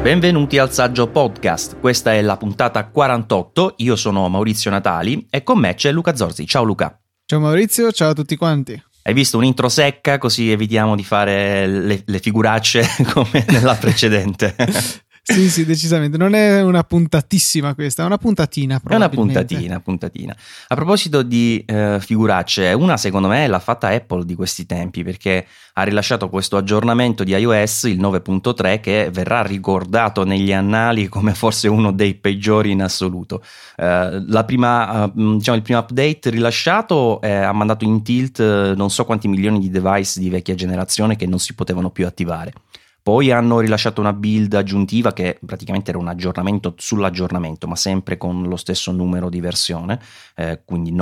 Benvenuti al Saggio Podcast, questa è la puntata 48, io sono Maurizio Natali e con me c'è Luca Zorzi. Ciao Luca. Ciao Maurizio, ciao a tutti quanti. Hai visto un'intro secca, così evitiamo di fare le figuracce come nella precedente. Sì, decisamente. Non è una puntatissima questa, è una puntatina probabilmente. È una puntatina. A proposito di figuracce, una secondo me l'ha fatta Apple di questi tempi, perché ha rilasciato questo aggiornamento di iOS, il 9.3, che verrà ricordato negli annali come forse uno dei peggiori in assoluto. Il primo update rilasciato ha mandato in tilt non so quanti milioni di device di vecchia generazione che non si potevano più attivare. Poi hanno rilasciato una build aggiuntiva che praticamente era un aggiornamento sull'aggiornamento, ma sempre con lo stesso numero di versione, quindi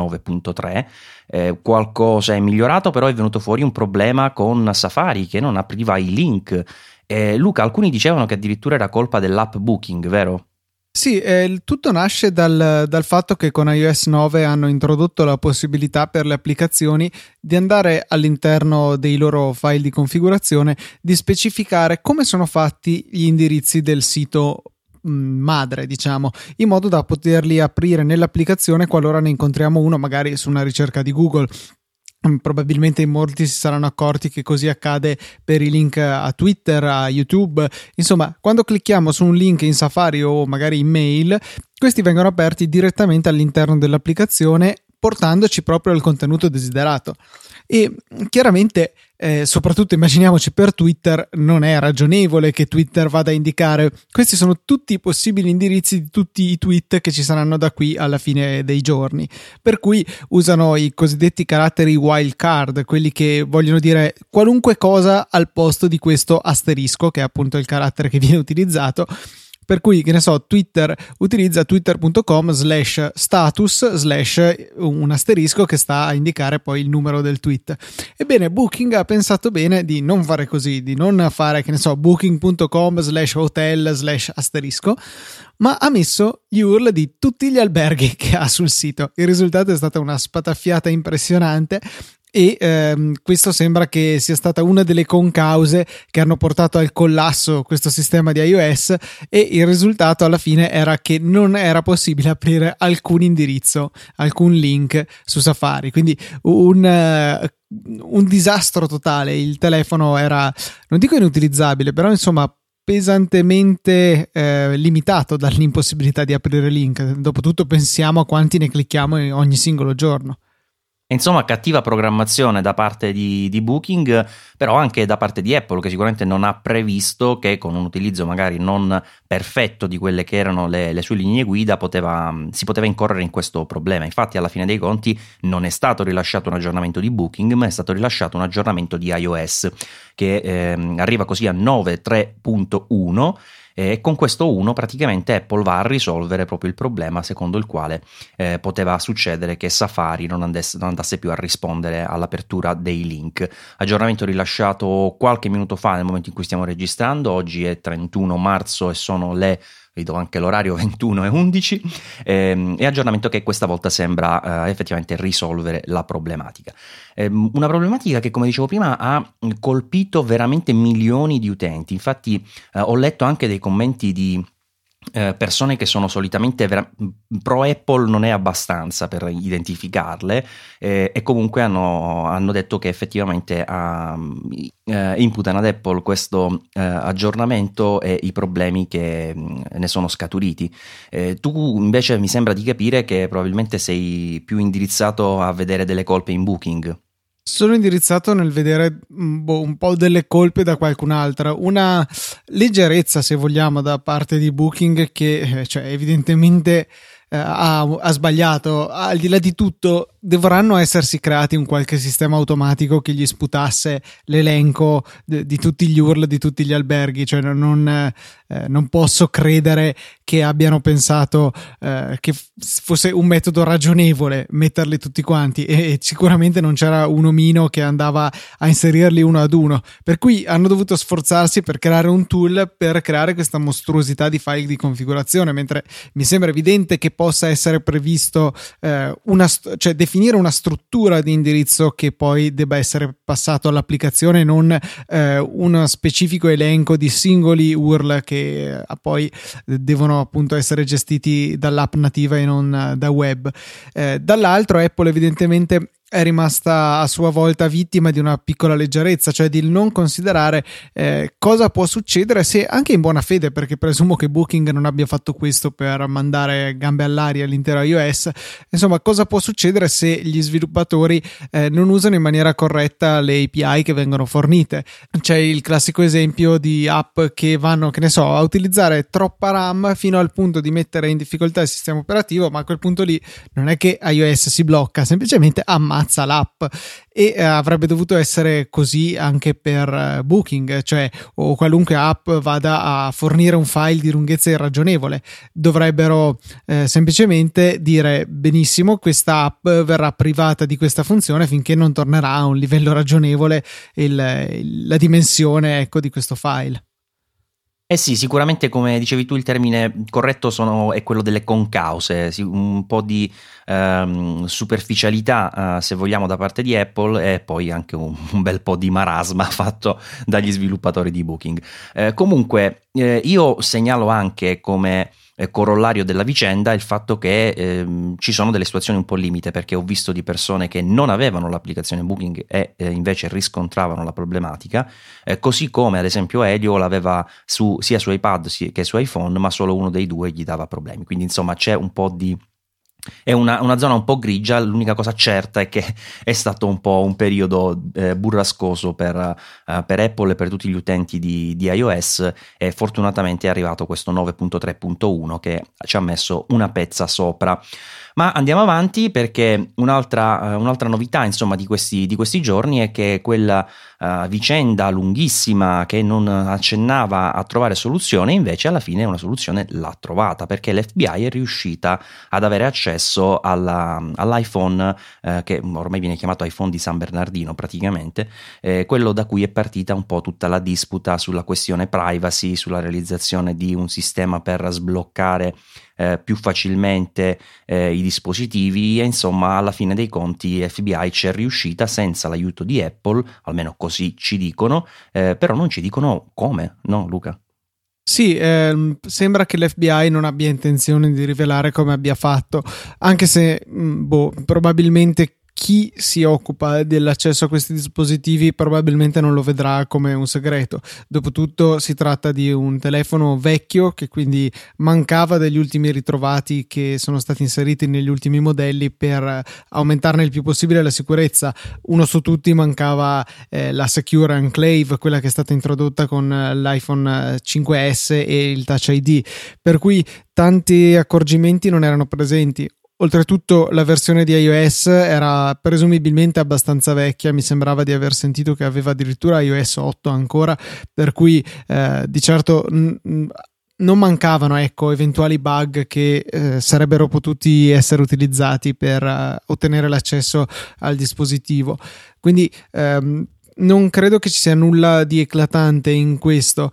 9.3. Qualcosa è migliorato, però è venuto fuori un problema con Safari che non apriva i link. Luca, alcuni dicevano che addirittura era colpa dell'app Booking, vero? Sì, tutto nasce dal fatto che con iOS 9 hanno introdotto la possibilità per le applicazioni di andare all'interno dei loro file di configurazione di specificare come sono fatti gli indirizzi del sito madre, diciamo, in modo da poterli aprire nell'applicazione qualora ne incontriamo uno, magari su una ricerca di Google. Probabilmente in molti si saranno accorti che così accade per i link a Twitter, a YouTube. Insomma, quando clicchiamo su un link in Safari o magari in mail, questi vengono aperti direttamente all'interno dell'applicazione, portandoci proprio al contenuto desiderato. E chiaramente, soprattutto immaginiamoci per Twitter, non è ragionevole che Twitter vada a indicare questi sono tutti i possibili indirizzi di tutti i tweet che ci saranno da qui alla fine dei giorni, per cui usano i cosiddetti caratteri wildcard, quelli che vogliono dire qualunque cosa al posto di questo asterisco, che è appunto il carattere che viene utilizzato. Per cui, che ne so, Twitter utilizza twitter.com/status/ un asterisco che sta a indicare poi il numero del tweet. Ebbene, Booking ha pensato bene di non fare così, di non fare, che ne so, booking.com/hotel/asterisco, ma ha messo gli URL di tutti gli alberghi che ha sul sito. Il risultato è stata una spataffiata impressionante. E questo sembra che sia stata una delle concause che hanno portato al collasso questo sistema di iOS, e il risultato alla fine era che non era possibile aprire alcun indirizzo, alcun link su Safari, quindi un disastro totale. Il telefono era, non dico inutilizzabile, però insomma pesantemente limitato dall'impossibilità di aprire link. Dopotutto pensiamo a quanti ne clicchiamo ogni singolo giorno. Insomma, cattiva programmazione da parte di Booking, però anche da parte di Apple, che sicuramente non ha previsto che con un utilizzo magari non perfetto di quelle che erano le sue linee guida si poteva incorrere in questo problema. Infatti, alla fine dei conti non è stato rilasciato un aggiornamento di Booking, ma è stato rilasciato un aggiornamento di iOS che arriva così a 9.3.1. E con questo 1 praticamente Apple va a risolvere proprio il problema secondo il quale poteva succedere che Safari non andasse più a rispondere all'apertura dei link. Aggiornamento rilasciato qualche minuto fa, nel momento in cui stiamo registrando. Oggi è 31 marzo e sono le, vedo anche l'orario, 21:11, e aggiornamento che questa volta sembra effettivamente risolvere la problematica. Una problematica che, come dicevo prima, ha colpito veramente milioni di utenti. Infatti ho letto anche dei commenti di persone che sono solitamente pro Apple, non è abbastanza per identificarle, e comunque hanno detto che effettivamente imputano ad Apple questo aggiornamento e i problemi che ne sono scaturiti. Tu invece mi sembra di capire che probabilmente sei più indirizzato a vedere delle colpe in Booking. Sono indirizzato nel vedere un po' delle colpe da qualcun'altra, una leggerezza, se vogliamo, da parte di Booking che cioè evidentemente ha sbagliato. Al di là di tutto, dovranno essersi creati un qualche sistema automatico che gli sputasse l'elenco di tutti gli URL di tutti gli alberghi. Cioè non posso credere che abbiano pensato che fosse un metodo ragionevole metterli tutti quanti, e sicuramente non c'era un omino che andava a inserirli uno ad uno, per cui hanno dovuto sforzarsi per creare un tool per creare questa mostruosità di file di configurazione, mentre mi sembra evidente che possa essere previsto cioè definire una struttura di indirizzo che poi debba essere passato all'applicazione, non uno specifico elenco di singoli URL che che poi devono appunto essere gestiti dall'app nativa e non da web. Dall'altro Apple evidentemente è rimasta a sua volta vittima di una piccola leggerezza, cioè di non considerare cosa può succedere se, anche in buona fede, perché presumo che Booking non abbia fatto questo per mandare gambe all'aria all'intero iOS, insomma, cosa può succedere se gli sviluppatori non usano in maniera corretta le API che vengono fornite. C'è il classico esempio di app che vanno, che ne so, a utilizzare troppa RAM fino al punto di mettere in difficoltà il sistema operativo, ma a quel punto lì non è che iOS si blocca, semplicemente ammazza l'app. E avrebbe dovuto essere così anche per Booking, cioè o qualunque app vada a fornire un file di lunghezza irragionevole, dovrebbero semplicemente dire benissimo, questa app verrà privata di questa funzione finché non tornerà a un livello ragionevole la dimensione, ecco, di questo file. Eh sì, sicuramente, come dicevi tu, il termine corretto è quello delle concause, un po' di superficialità, se vogliamo, da parte di Apple, e poi anche un bel po' di marasma fatto dagli sviluppatori di Booking. Comunque, io segnalo anche come corollario della vicenda il fatto che ci sono delle situazioni un po' limite, perché ho visto di persone che non avevano l'applicazione Booking e invece riscontravano la problematica, così come ad esempio Elio l'aveva sia su iPad che su iPhone, ma solo uno dei due gli dava problemi. Quindi insomma c'è un po' è una zona un po' grigia. L'unica cosa certa è che è stato un po' un periodo burrascoso per Apple e per tutti gli utenti di iOS, e fortunatamente è arrivato questo 9.3.1 che ci ha messo una pezza sopra. Ma andiamo avanti, perché un'altra novità, insomma, di questi giorni è che quella vicenda lunghissima che non accennava a trovare soluzione, invece alla fine una soluzione l'ha trovata, perché l'FBI è riuscita ad avere accesso all'iPhone che ormai viene chiamato iPhone di San Bernardino praticamente, quello da cui è partita un po' tutta la disputa sulla questione privacy, sulla realizzazione di un sistema per sbloccare più facilmente i dispositivi, e insomma alla fine dei conti FBI ci è riuscita senza l'aiuto di Apple, almeno così ci dicono, però non ci dicono come, no Luca? Sì, sembra che l'FBI non abbia intenzione di rivelare come abbia fatto, anche se probabilmente chi si occupa dell'accesso a questi dispositivi probabilmente non lo vedrà come un segreto. Dopotutto si tratta di un telefono vecchio che quindi mancava degli ultimi ritrovati che sono stati inseriti negli ultimi modelli per aumentarne il più possibile la sicurezza. Uno su tutti mancava la Secure Enclave, quella che è stata introdotta con l'iPhone 5S e il Touch ID, per cui tanti accorgimenti non erano presenti. Oltretutto la versione di iOS era presumibilmente abbastanza vecchia, mi sembrava di aver sentito che aveva addirittura iOS 8 ancora, per cui di certo non mancavano, ecco, eventuali bug che sarebbero potuti essere utilizzati per ottenere l'accesso al dispositivo. Quindi non credo che ci sia nulla di eclatante in questo,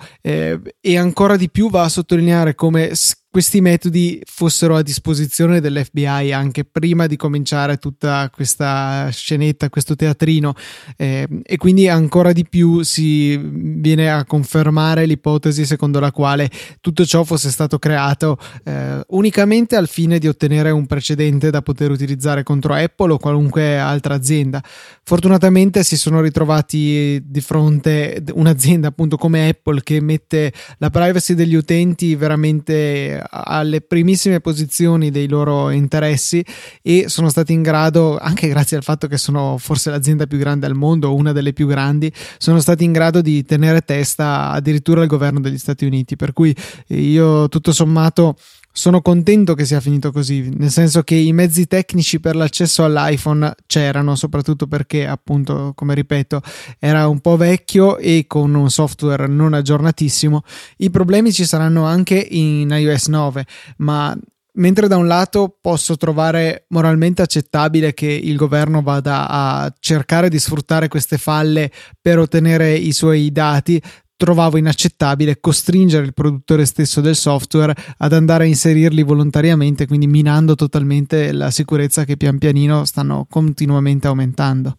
e ancora di più va a sottolineare come questi metodi fossero a disposizione dell'FBI anche prima di cominciare tutta questa scenetta, questo teatrino, e quindi ancora di più si viene a confermare l'ipotesi secondo la quale tutto ciò fosse stato creato unicamente al fine di ottenere un precedente da poter utilizzare contro Apple o qualunque altra azienda. Fortunatamente si sono ritrovati di fronte un'azienda appunto come Apple, che mette la privacy degli utenti veramente alle primissime posizioni dei loro interessi, e sono stati in grado, anche grazie al fatto che sono forse l'azienda più grande al mondo, una delle più grandi, sono stati in grado di tenere testa addirittura al governo degli Stati Uniti, per cui io tutto sommato sono contento che sia finito così, nel senso che i mezzi tecnici per l'accesso all'iPhone c'erano, soprattutto perché appunto, come ripeto, era un po' vecchio e con un software non aggiornatissimo. I problemi ci saranno anche in iOS 9, ma mentre da un lato posso trovare moralmente accettabile che il governo vada a cercare di sfruttare queste falle per ottenere i suoi dati, trovavo inaccettabile costringere il produttore stesso del software ad andare a inserirli volontariamente, quindi minando totalmente la sicurezza che pian pianino stanno continuamente aumentando.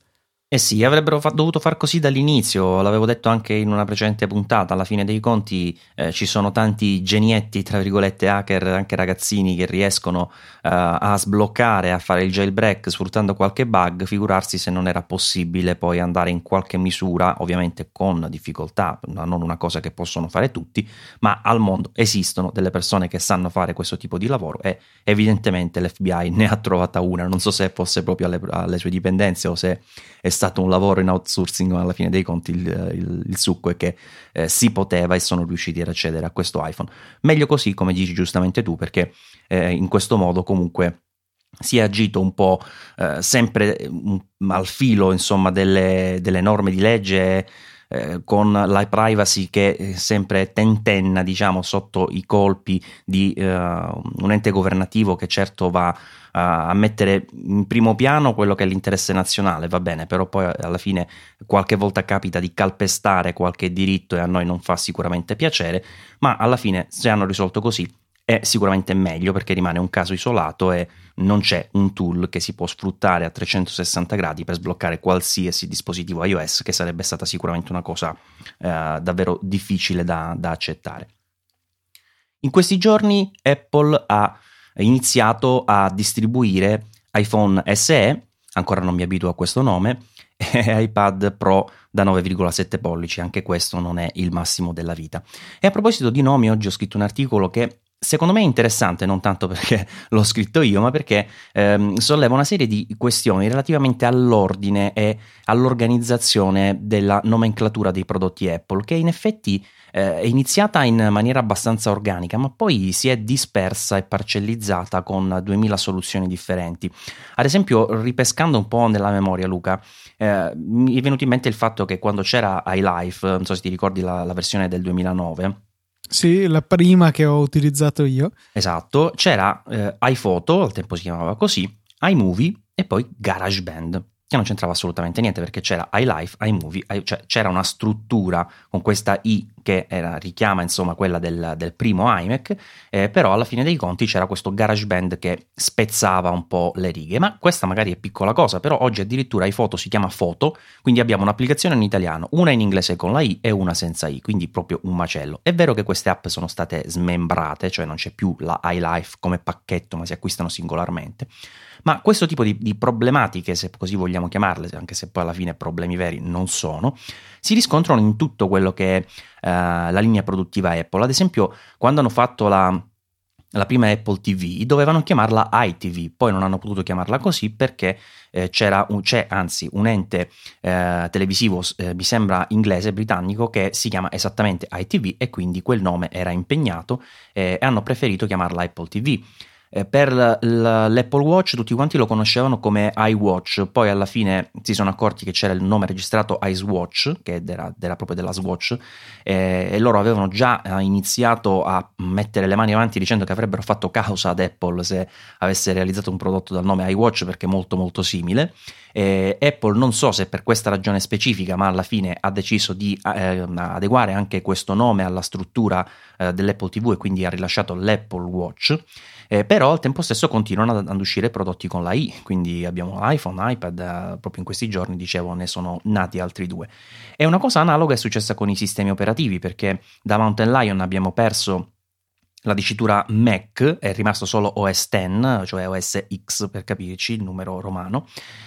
Eh sì, avrebbero dovuto far così dall'inizio, l'avevo detto anche in una precedente puntata, alla fine dei conti ci sono tanti genietti, tra virgolette, hacker, anche ragazzini che riescono a sbloccare, a fare il jailbreak sfruttando qualche bug, figurarsi se non era possibile poi andare in qualche misura, ovviamente con difficoltà, non una cosa che possono fare tutti, ma al mondo esistono delle persone che sanno fare questo tipo di lavoro e evidentemente l'FBI ne ha trovata una, non so se fosse proprio alle sue dipendenze o se è stato un lavoro in outsourcing, ma alla fine dei conti il succo è che si poteva e sono riusciti ad accedere a questo iPhone. Meglio così, come dici giustamente tu, perché in questo modo comunque si è agito un po' sempre al filo, insomma, delle norme di legge, con la privacy che sempre tentenna, diciamo, sotto i colpi di un ente governativo che certo va a mettere in primo piano quello che è l'interesse nazionale, va bene, però poi alla fine qualche volta capita di calpestare qualche diritto e a noi non fa sicuramente piacere, ma alla fine se hanno risolto così è sicuramente meglio, perché rimane un caso isolato e non c'è un tool che si può sfruttare a 360 gradi per sbloccare qualsiasi dispositivo iOS, che sarebbe stata sicuramente una cosa davvero difficile da accettare. In questi giorni Apple ha iniziato a distribuire iPhone SE, ancora non mi abituo a questo nome, e iPad Pro da 9,7 pollici, anche questo non è il massimo della vita. E a proposito di nomi, oggi ho scritto un articolo che secondo me è interessante, non tanto perché l'ho scritto io, ma perché solleva una serie di questioni relativamente all'ordine e all'organizzazione della nomenclatura dei prodotti Apple, che in effetti è iniziata in maniera abbastanza organica, ma poi si è dispersa e parcellizzata con 2000 soluzioni differenti. Ad esempio, ripescando un po' nella memoria, Luca, mi è venuto in mente il fatto che quando c'era iLife, non so se ti ricordi la versione del 2009, sì, la prima che ho utilizzato io. esatto, c'era iPhoto, al tempo si chiamava così, iMovie e poi GarageBand, che non c'entrava assolutamente niente, perché c'era iLife, iMovie, cioè c'era una struttura con questa I che richiama insomma quella del primo iMac, però alla fine dei conti c'era questo GarageBand che spezzava un po' le righe, ma questa magari è piccola cosa, però oggi addirittura iPhoto si chiama Foto, quindi abbiamo un'applicazione in italiano, una in inglese con la I e una senza I, quindi proprio un macello. È vero che queste app sono state smembrate, cioè non c'è più la iLife come pacchetto, ma si acquistano singolarmente. Ma questo tipo di problematiche, se così vogliamo chiamarle, anche se poi alla fine problemi veri non sono, si riscontrano in tutto quello che è la linea produttiva Apple. Ad esempio, quando hanno fatto la prima Apple TV, dovevano chiamarla iTV, poi non hanno potuto chiamarla così perché c'è un ente televisivo, mi sembra inglese, britannico, che si chiama esattamente iTV e quindi quel nome era impegnato e hanno preferito chiamarla Apple TV. Per l'Apple Watch tutti quanti lo conoscevano come iWatch, poi alla fine si sono accorti che c'era il nome registrato iSwatch, che era proprio della Swatch, e loro avevano già iniziato a mettere le mani avanti dicendo che avrebbero fatto causa ad Apple se avesse realizzato un prodotto dal nome iWatch, perché è molto molto simile. Apple, non so se per questa ragione specifica, ma alla fine ha deciso di adeguare anche questo nome alla struttura dell'Apple TV e quindi ha rilasciato l'Apple Watch. Però al tempo stesso continuano ad uscire prodotti con la I, quindi abbiamo iPhone, iPad, proprio in questi giorni, dicevo, ne sono nati altri due. E una cosa analoga è successa con i sistemi operativi, perché da Mountain Lion abbiamo perso la dicitura Mac, è rimasto solo OS X, cioè OS X per capirci, il numero romano.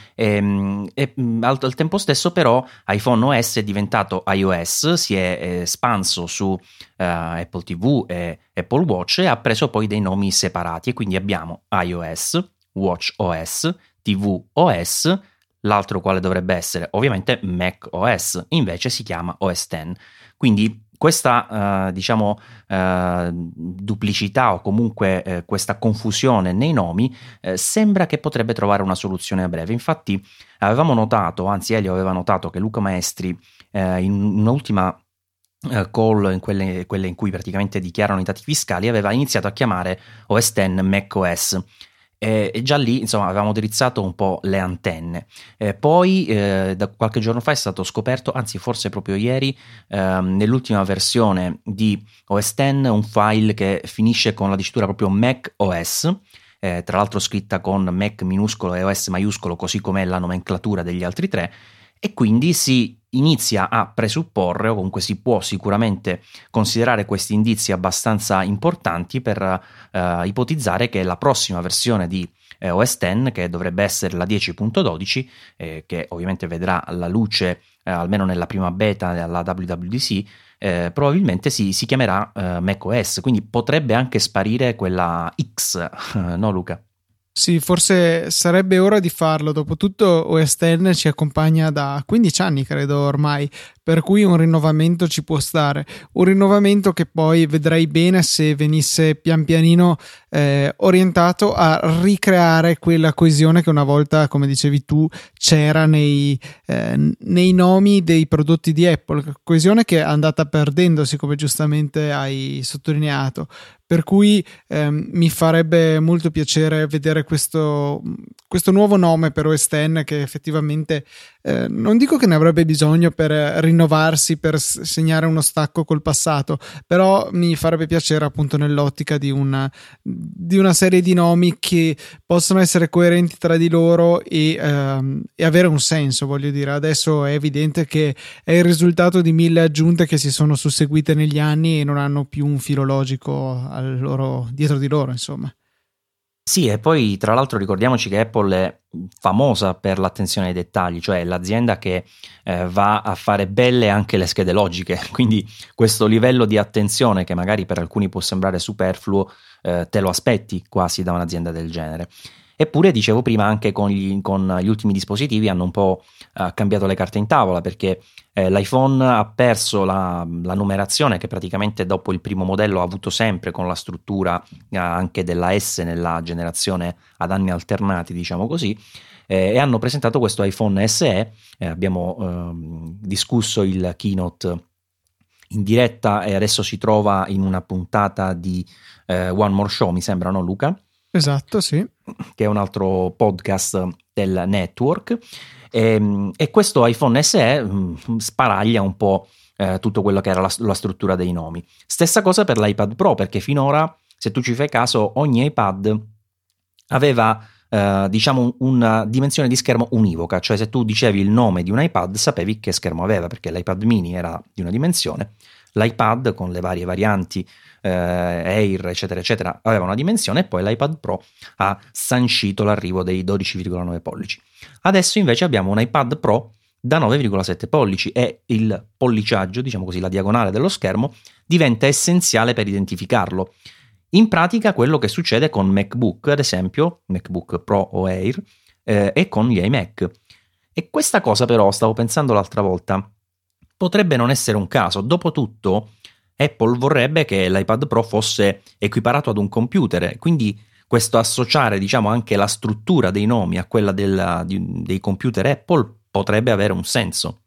Al tempo stesso però iPhone OS è diventato iOS, si è espanso su Apple TV e Apple Watch e ha preso poi dei nomi separati, e quindi abbiamo iOS, Watch OS, TV OS, l'altro quale dovrebbe essere ovviamente Mac OS, invece si chiama OS X. Quindi questa duplicità o comunque questa confusione nei nomi sembra che potrebbe trovare una soluzione a breve. Infatti avevamo notato, anzi Elio aveva notato, che Luca Maestri in un'ultima call, in quelle in cui praticamente dichiarano i dati fiscali, aveva iniziato a chiamare OS X Mac OS. E già lì insomma avevamo drizzato un po' le antenne. Poi da qualche giorno fa è stato scoperto, anzi forse proprio ieri, nell'ultima versione di OS X, un file che finisce con la dicitura proprio Mac OS, tra l'altro scritta con Mac minuscolo e OS maiuscolo, così come la nomenclatura degli altri tre. e quindi si inizia a presupporre, o comunque si può sicuramente considerare questi indizi abbastanza importanti per ipotizzare che la prossima versione di OS X, che dovrebbe essere la 10.12, che ovviamente vedrà la luce almeno nella prima beta alla WWDC, probabilmente si chiamerà macOS, quindi potrebbe anche sparire quella X, no Luca? Sì, forse sarebbe ora di farlo. Dopotutto OS X ci accompagna da 15 anni, credo ormai, per cui un rinnovamento ci può stare. Un rinnovamento che poi vedrei bene se venisse pian pianino orientato a ricreare quella coesione che una volta, come dicevi tu, c'era nei nomi dei prodotti di Apple. Coesione che è andata perdendosi, come giustamente hai sottolineato. Per cui mi farebbe molto piacere vedere questo nuovo nome per OS X, che effettivamente non dico che ne avrebbe bisogno per rinnovarsi, per segnare uno stacco col passato, però mi farebbe piacere appunto nell'ottica di una serie di nomi che possono essere coerenti tra di loro e avere un senso, voglio dire. Adesso è evidente che è il risultato di 1000 aggiunte che si sono susseguite negli anni e non hanno più un filo logico dietro di loro, insomma. Sì, e poi tra l'altro ricordiamoci che Apple è famosa per l'attenzione ai dettagli, cioè l'azienda che va a fare belle anche le schede logiche, quindi questo livello di attenzione che magari per alcuni può sembrare superfluo, te lo aspetti quasi da un'azienda del genere. Eppure, dicevo prima, anche con gli ultimi dispositivi hanno un po' cambiato le carte in tavola, perché l'iPhone ha perso la numerazione che praticamente dopo il primo modello ha avuto sempre, con la struttura anche della S nella generazione ad anni alternati, diciamo così, e hanno presentato questo iPhone SE. Abbiamo discusso il keynote in diretta e adesso si trova in una puntata di One More Show, mi sembra, no Luca? Esatto, sì. Che è un altro podcast del network, e questo iPhone SE sparaglia un po' tutto quello che era la struttura dei nomi. Stessa cosa per l'iPad Pro, perché finora, se tu ci fai caso, ogni iPad aveva diciamo una dimensione di schermo univoca, cioè se tu dicevi il nome di un iPad sapevi che schermo aveva, perché l'iPad mini era di una dimensione, l'iPad con le varie varianti Air eccetera eccetera aveva una dimensione, e poi l'iPad Pro ha sancito l'arrivo dei 12,9 pollici. Adesso invece abbiamo un iPad Pro da 9,7 pollici e il polliciaggio, diciamo così, la diagonale dello schermo diventa essenziale per identificarlo. In pratica quello che succede con MacBook, ad esempio MacBook Pro o Air, e con gli iMac. E questa cosa però, stavo pensando l'altra volta, potrebbe non essere un caso. Dopotutto Apple vorrebbe che l'iPad Pro fosse equiparato ad un computer, quindi questo associare, diciamo, anche la struttura dei nomi a quella dei computer Apple potrebbe avere un senso.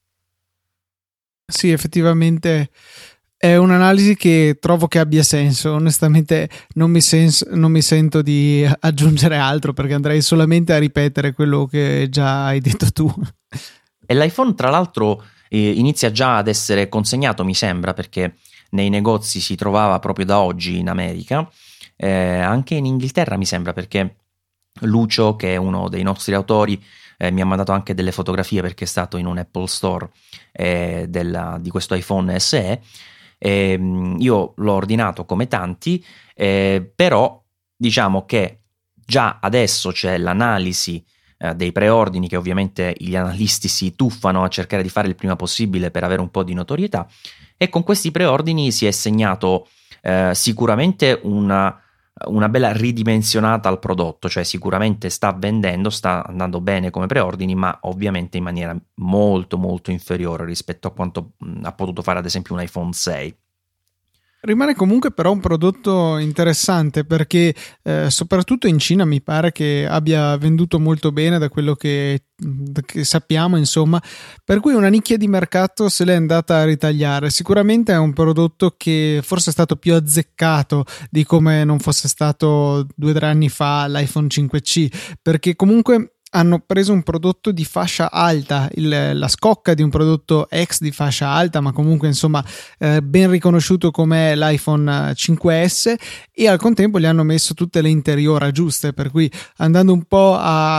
Sì, effettivamente è un'analisi che trovo che abbia senso. Onestamente non mi sento di aggiungere altro, perché andrei solamente a ripetere quello che già hai detto tu. E l'iPhone, tra l'altro, inizia già ad essere consegnato, mi sembra, perché nei negozi si trovava proprio da oggi in America, anche in Inghilterra mi sembra, perché Lucio, che è uno dei nostri autori, mi ha mandato anche delle fotografie, perché è stato in un Apple Store di questo iPhone SE. Io l'ho ordinato come tanti, però diciamo che già adesso c'è l'analisi dei preordini, che ovviamente gli analisti si tuffano a cercare di fare il prima possibile per avere un po' di notorietà, e con questi preordini si è segnato sicuramente una bella ridimensionata al prodotto, cioè sicuramente sta vendendo, sta andando bene come preordini, ma ovviamente in maniera molto molto inferiore rispetto a quanto ha potuto fare ad esempio un iPhone 6. Rimane comunque però un prodotto interessante, perché soprattutto in Cina mi pare che abbia venduto molto bene, da quello che sappiamo, insomma, per cui una nicchia di mercato se l'è andata a ritagliare. Sicuramente è un prodotto che forse è stato più azzeccato di come non fosse stato 2 o 3 anni fa l'iPhone 5C, perché comunque hanno preso un prodotto di fascia alta, la scocca di un prodotto ex di fascia alta, ma comunque insomma ben riconosciuto come l'iPhone 5S, e al contempo gli hanno messo tutte le interiora giuste, per cui andando un po' a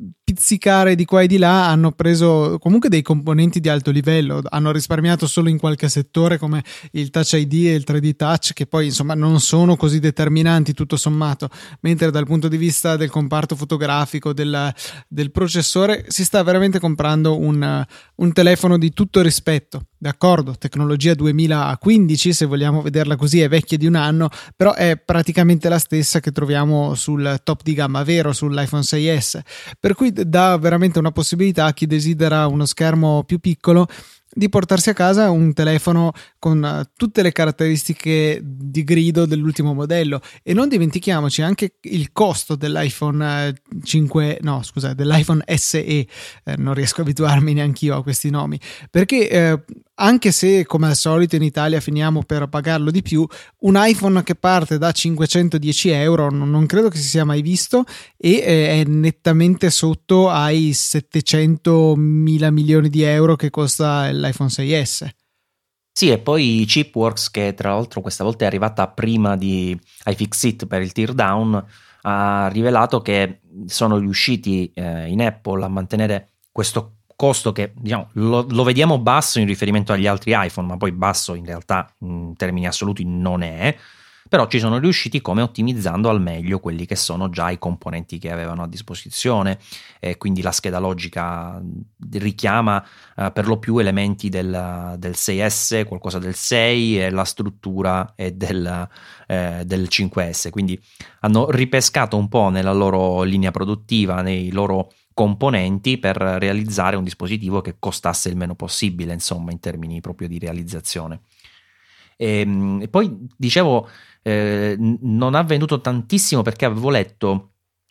pizzicare di qua e di là, hanno preso comunque dei componenti di alto livello, hanno risparmiato solo in qualche settore come il Touch ID e il 3D Touch, che poi insomma non sono così determinanti tutto sommato, mentre dal punto di vista del comparto fotografico, del processore, si sta veramente comprando un telefono di tutto rispetto. D'accordo, tecnologia 2015, se vogliamo vederla così, è vecchia di un anno, però è praticamente la stessa che troviamo sul top di gamma vero, sull'iPhone 6S, per cui dà veramente una possibilità a chi desidera uno schermo più piccolo di portarsi a casa un telefono con tutte le caratteristiche di grido dell'ultimo modello. E non dimentichiamoci anche il costo dell'iPhone 5, no scusa, dell'iPhone SE, non riesco a abituarmi neanch'io a questi nomi, perché anche se come al solito in Italia finiamo per pagarlo di più, un iPhone che parte da 510 euro non credo che si sia mai visto, e è nettamente sotto ai 700 mila milioni di euro che costa l'iPhone 6S. Sì, e poi Chipworks, che tra l'altro questa volta è arrivata prima di iFixit per il teardown, ha rivelato che sono riusciti in Apple a mantenere questo costo che, diciamo, lo vediamo basso in riferimento agli altri iPhone, ma poi basso in realtà in termini assoluti non è, però ci sono riusciti come ottimizzando al meglio quelli che sono già i componenti che avevano a disposizione, quindi la scheda logica richiama per lo più elementi del 6S, qualcosa del 6, e la struttura è del 5S, quindi hanno ripescato un po' nella loro linea produttiva, nei loro componenti, per realizzare un dispositivo che costasse il meno possibile, insomma, in termini proprio di realizzazione. E poi dicevo, non ha venduto tantissimo perché avevo letto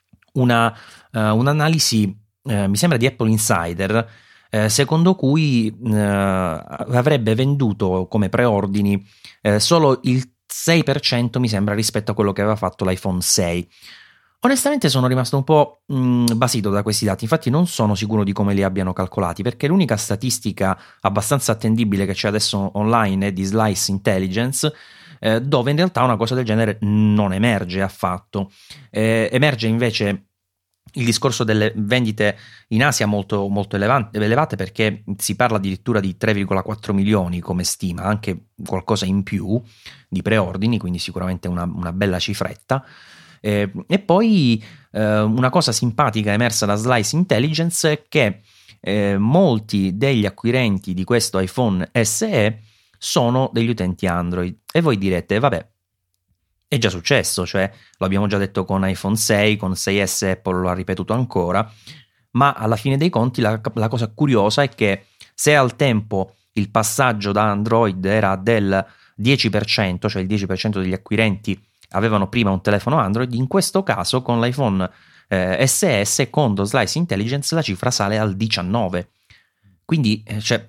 un'analisi, mi sembra di Apple Insider, secondo cui avrebbe venduto come preordini solo il 6%, mi sembra, rispetto a quello che aveva fatto l'iPhone 6. Onestamente sono rimasto un po' basito da questi dati, infatti non sono sicuro di come li abbiano calcolati, perché l'unica statistica abbastanza attendibile che c'è adesso online è di Slice Intelligence, dove in realtà una cosa del genere non emerge affatto. Emerge invece il discorso delle vendite in Asia molto, molto elevate, perché si parla addirittura di 3,4 milioni come stima, anche qualcosa in più di preordini, quindi sicuramente una bella cifretta. E poi una cosa simpatica emersa da Slice Intelligence è che molti degli acquirenti di questo iPhone SE sono degli utenti Android, e voi direte vabbè, è già successo, cioè lo abbiamo già detto con iPhone 6, con 6S Apple lo ha ripetuto ancora, ma alla fine dei conti la cosa curiosa è che se al tempo il passaggio da Android era del 10%, cioè il 10% degli acquirenti avevano prima un telefono Android, in questo caso con l'iPhone SE, secondo Slice Intelligence, la cifra sale al 19%. Quindi cioè,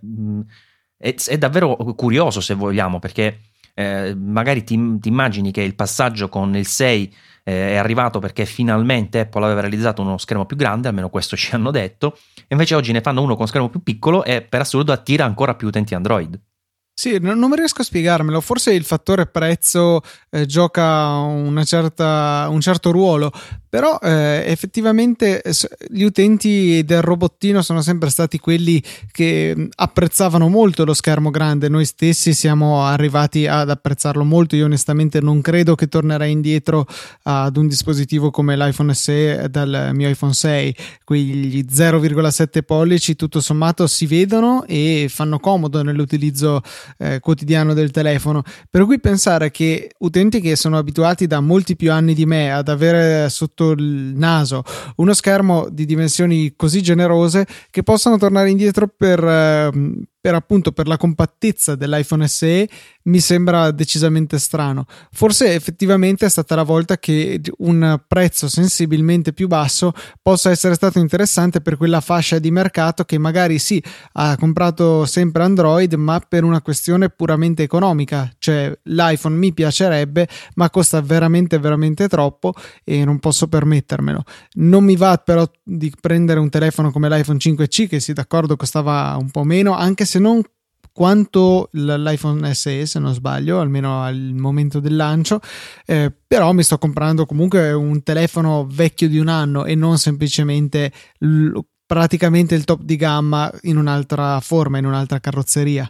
è davvero curioso, se vogliamo, perché magari ti immagini che il passaggio con il 6 è arrivato perché finalmente Apple aveva realizzato uno schermo più grande, almeno questo ci hanno detto, e invece oggi ne fanno uno con schermo più piccolo e per assurdo attira ancora più utenti Android. Sì, non riesco a spiegarmelo, forse il fattore prezzo gioca un certo ruolo, però effettivamente gli utenti del robottino sono sempre stati quelli che apprezzavano molto lo schermo grande. Noi stessi siamo arrivati ad apprezzarlo molto. Io onestamente non credo che tornerei indietro ad un dispositivo come l'iPhone SE dal mio iPhone 6. Quegli 0,7 pollici tutto sommato si vedono e fanno comodo nell'utilizzo quotidiano del telefono, per cui pensare che utenti che sono abituati da molti più anni di me ad avere sotto il naso uno schermo di dimensioni così generose, che possano tornare indietro per appunto per la compattezza dell'iPhone SE, mi sembra decisamente strano. Forse effettivamente è stata la volta che un prezzo sensibilmente più basso possa essere stato interessante per quella fascia di mercato che magari sì, ha comprato sempre Android, ma per una questione puramente economica, cioè l'iPhone mi piacerebbe ma costa veramente veramente troppo e non posso permettermelo. Non mi va però di prendere un telefono come l'iPhone 5C, che sì, d'accordo, costava un po' meno, anche se non quanto l'iPhone SE, se non sbaglio, almeno al momento del lancio, però mi sto comprando comunque un telefono vecchio di un anno e non semplicemente praticamente il top di gamma in un'altra forma, in un'altra carrozzeria.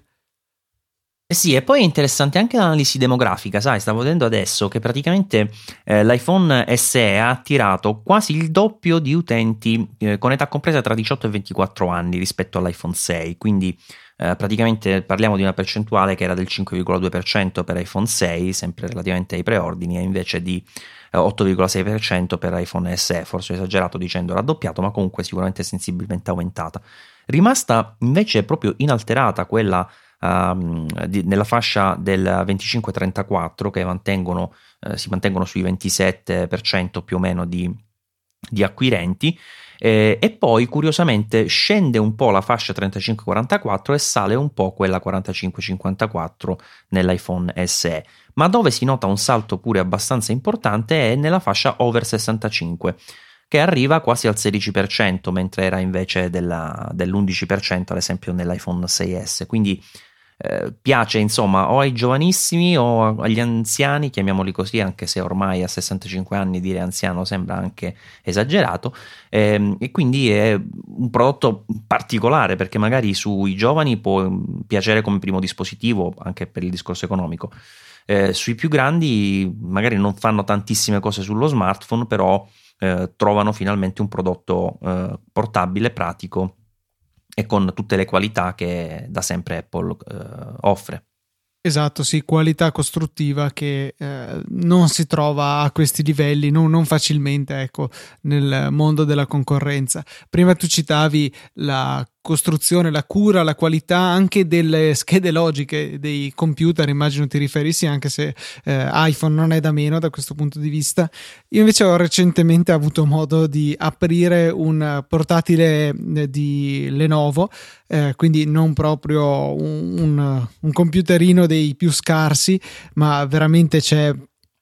Sì, e poi è interessante anche l'analisi demografica, sai, stavo vedendo adesso che praticamente l'iPhone SE ha attirato quasi il doppio di utenti con età compresa tra 18 e 24 anni rispetto all'iPhone 6, quindi praticamente parliamo di una percentuale che era del 5,2% per iPhone 6, sempre relativamente ai preordini, e invece di 8,6% per iPhone SE, forse ho esagerato dicendo raddoppiato, ma comunque sicuramente sensibilmente aumentata. Rimasta invece proprio inalterata quella nella fascia del 25-34 che si mantengono sui 27% più o meno di acquirenti, e poi curiosamente scende un po' la fascia 35-44 e sale un po' quella 45-54 nell'iPhone SE, ma dove si nota un salto pure abbastanza importante è nella fascia over 65, che arriva quasi al 16%, mentre era invece dell'11% ad esempio nell'iPhone 6S, quindi piace insomma o ai giovanissimi o agli anziani, chiamiamoli così, anche se ormai a 65 anni dire anziano sembra anche esagerato, e quindi è un prodotto particolare perché magari sui giovani può piacere come primo dispositivo anche per il discorso economico, sui più grandi magari non fanno tantissime cose sullo smartphone, però trovano finalmente un prodotto portabile, pratico e con tutte le qualità che da sempre Apple offre. Esatto, sì, qualità costruttiva che non si trova a questi livelli, non facilmente, ecco, nel mondo della concorrenza. Prima tu citavi la costruzione, la cura, la qualità anche delle schede logiche dei computer, immagino ti riferissi, anche se iPhone non è da meno da questo punto di vista. Io invece ho recentemente avuto modo di aprire un portatile di Lenovo, quindi non proprio un computerino dei più scarsi, ma veramente c'è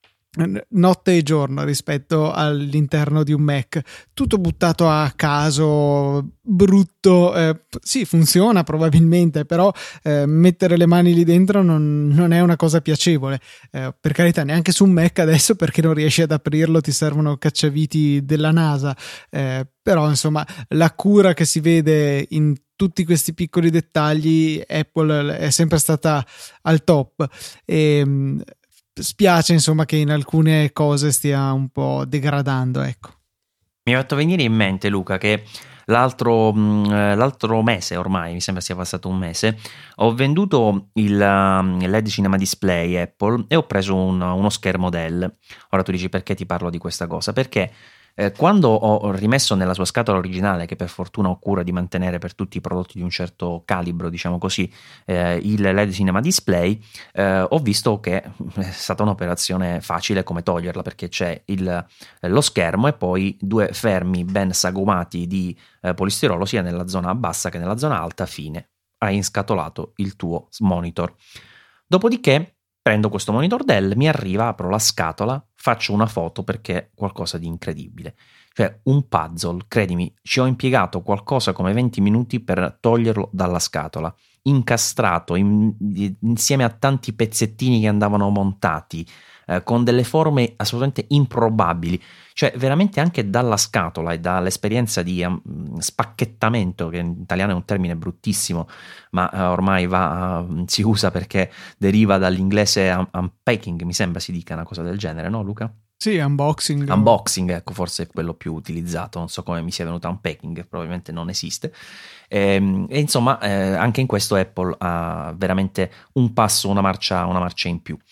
notte e giorno rispetto all'interno di un Mac, tutto buttato a caso, brutto, sì, funziona probabilmente, però mettere le mani lì dentro non è una cosa piacevole, per carità, neanche su un Mac adesso, perché non riesci ad aprirlo, ti servono cacciaviti della NASA, però insomma la cura che si vede in tutti questi piccoli dettagli, Apple è sempre stata al top, e spiace insomma che in alcune cose stia un po' degradando, ecco. Mi è fatto venire in mente, Luca, che l'altro mese, ormai mi sembra sia passato un mese, ho venduto il LED Cinema Display Apple e ho preso uno schermo Dell. Ora tu dici perché ti parlo di questa cosa? Perché quando ho rimesso nella sua scatola originale, che per fortuna ho cura di mantenere per tutti i prodotti di un certo calibro, diciamo così, il LED Cinema Display, ho visto che è stata un'operazione facile come toglierla, perché c'è lo schermo e poi due fermi ben sagomati di polistirolo sia nella zona bassa che nella zona alta. Fine, hai inscatolato il tuo monitor. Dopodiché prendo questo monitor Dell, mi arriva, apro la scatola, faccio una foto perché è qualcosa di incredibile. Cioè un puzzle, credimi, ci ho impiegato qualcosa come 20 minuti per toglierlo dalla scatola, incastrato insieme a tanti pezzettini che andavano montati, con delle forme assolutamente improbabili. Cioè veramente anche dalla scatola e dall'esperienza di spacchettamento, che in italiano è un termine bruttissimo, ma ormai si usa perché deriva dall'inglese unpacking, mi sembra si dica una cosa del genere, no Luca? Sì, unboxing. Unboxing, ecco, forse è quello più utilizzato, non so come mi sia venuto unpacking, probabilmente non esiste. E insomma, anche in questo Apple ha veramente un passo, una marcia in più.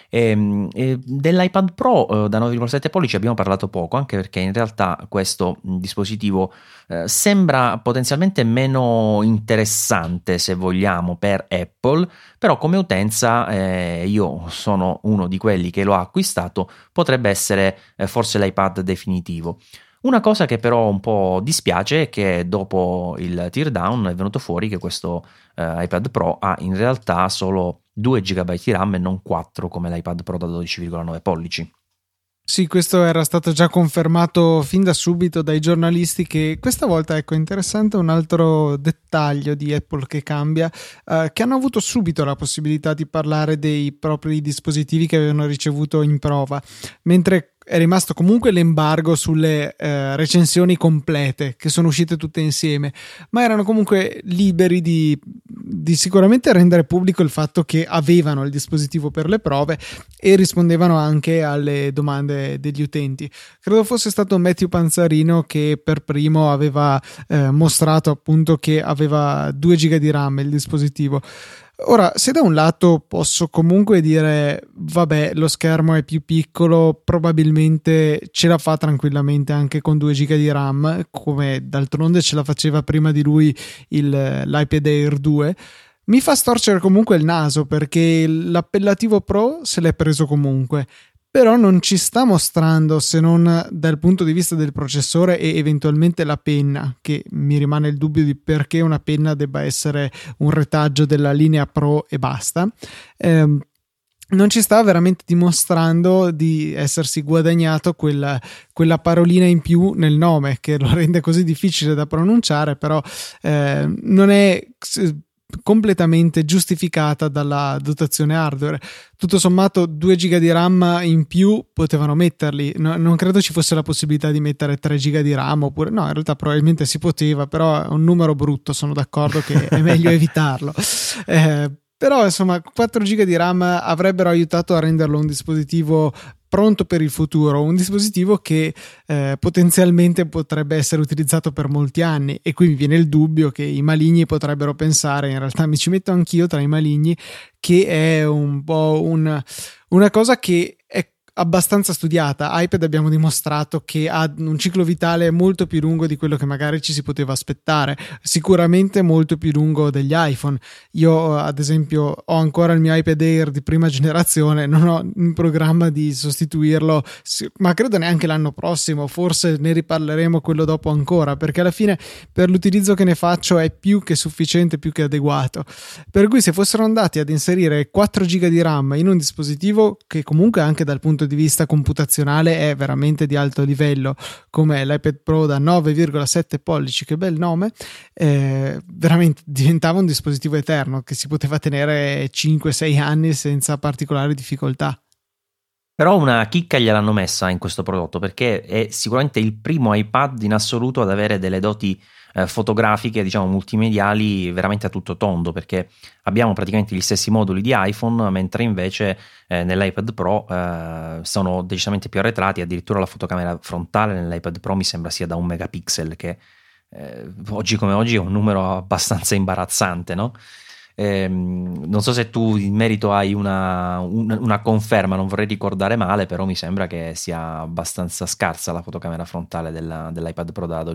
Dell'iPad Pro da 9,7 pollici abbiamo parlato poco, anche perché in realtà questo dispositivo sembra potenzialmente meno interessante, se vogliamo, per Apple, però come utenza io sono uno di quelli che lo ha acquistato, potrebbe essere forse l'iPad definitivo. Una cosa che però un po' dispiace è che dopo il teardown è venuto fuori che questo iPad Pro ha in realtà solo 2 GB di RAM e non 4 come l'iPad Pro da 12,9 pollici. Sì, questo era stato già confermato fin da subito dai giornalisti, che questa volta, ecco, interessante un altro dettaglio di Apple che cambia, che hanno avuto subito la possibilità di parlare dei propri dispositivi che avevano ricevuto in prova, mentre è rimasto comunque l'embargo sulle recensioni complete che sono uscite tutte insieme, ma erano comunque liberi di sicuramente rendere pubblico il fatto che avevano il dispositivo per le prove e rispondevano anche alle domande degli utenti. Credo fosse stato Matthew Panzarino che per primo aveva mostrato appunto che aveva 2 giga di RAM il dispositivo. Ora, se da un lato posso comunque dire vabbè, lo schermo è più piccolo, probabilmente ce la fa tranquillamente anche con 2 giga di RAM, come d'altronde ce la faceva prima di lui l'iPad Air 2, mi fa storcere comunque il naso, perché l'appellativo Pro se l'è preso comunque, però non ci sta mostrando, se non dal punto di vista del processore e eventualmente la penna, che mi rimane il dubbio di perché una penna debba essere un retaggio della linea Pro e basta. Non ci sta veramente dimostrando di essersi guadagnato quella parolina in più nel nome, che lo rende così difficile da pronunciare, però non è completamente giustificata dalla dotazione hardware. Tutto sommato 2 giga di RAM in più potevano metterli, non credo ci fosse la possibilità di mettere 3 giga di RAM, oppure no, in realtà probabilmente si poteva, però è un numero brutto, sono d'accordo che è meglio evitarlo. Però insomma 4 giga di RAM avrebbero aiutato a renderlo un dispositivo pronto per il futuro, un dispositivo che potenzialmente potrebbe essere utilizzato per molti anni, e qui mi viene il dubbio che i maligni potrebbero pensare, in realtà mi ci metto anch'io tra i maligni, che è un po' una cosa che è abbastanza studiata. iPad abbiamo dimostrato che ha un ciclo vitale molto più lungo di quello che magari ci si poteva aspettare, sicuramente molto più lungo degli iPhone. Io ad esempio ho ancora il mio iPad Air di prima generazione, non ho in programma di sostituirlo, ma credo neanche l'anno prossimo, forse ne riparleremo quello dopo ancora, perché alla fine per l'utilizzo che ne faccio è più che sufficiente, più che adeguato. Per cui se fossero andati ad inserire 4 giga di RAM in un dispositivo che comunque anche dal punto di vista computazionale è veramente di alto livello, come l'iPad Pro da 9,7 pollici, che bel nome, veramente diventava un dispositivo eterno che si poteva tenere 5-6 anni senza particolari difficoltà. Però una chicca gliel'hanno messa in questo prodotto, perché è sicuramente il primo iPad in assoluto ad avere delle doti fotografiche, diciamo multimediali, veramente a tutto tondo, perché abbiamo praticamente gli stessi moduli di iPhone, mentre invece nell'iPad Pro sono decisamente più arretrati. Addirittura la fotocamera frontale nell'iPad Pro mi sembra sia da 1 megapixel, che oggi come oggi è un numero abbastanza imbarazzante, no? Non so se tu in merito hai una conferma, non vorrei ricordare male, però mi sembra che sia abbastanza scarsa la fotocamera frontale dell'iPad Pro da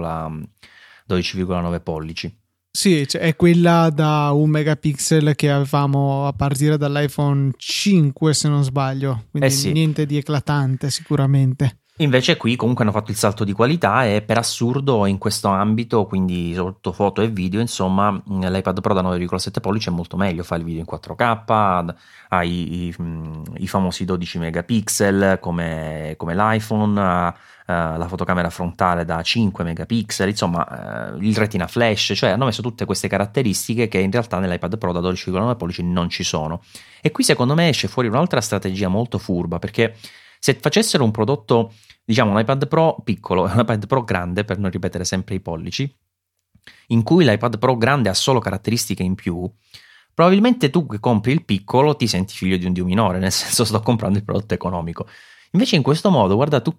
12,9 pollici. Sì, cioè è quella da 1 megapixel che avevamo a partire dall'iPhone 5, se non sbaglio, quindi sì. Niente di eclatante sicuramente. Invece qui comunque hanno fatto il salto di qualità, e per assurdo in questo ambito, quindi soprattutto foto e video, insomma l'iPad Pro da 9,7 pollici è molto meglio, fa il video in 4K, ha i famosi 12 megapixel come l'iPhone, ha la fotocamera frontale da 5 megapixel, insomma il retina flash, cioè hanno messo tutte queste caratteristiche che in realtà nell'iPad Pro da 12,9 pollici non ci sono. E qui secondo me esce fuori un'altra strategia molto furba, perché se facessero un prodotto, diciamo un iPad Pro piccolo e un iPad Pro grande, per non ripetere sempre i pollici, in cui l'iPad Pro grande ha solo caratteristiche in più, probabilmente tu che compri il piccolo ti senti figlio di un dio minore, nel senso sto comprando il prodotto economico. Invece in questo modo, guarda tu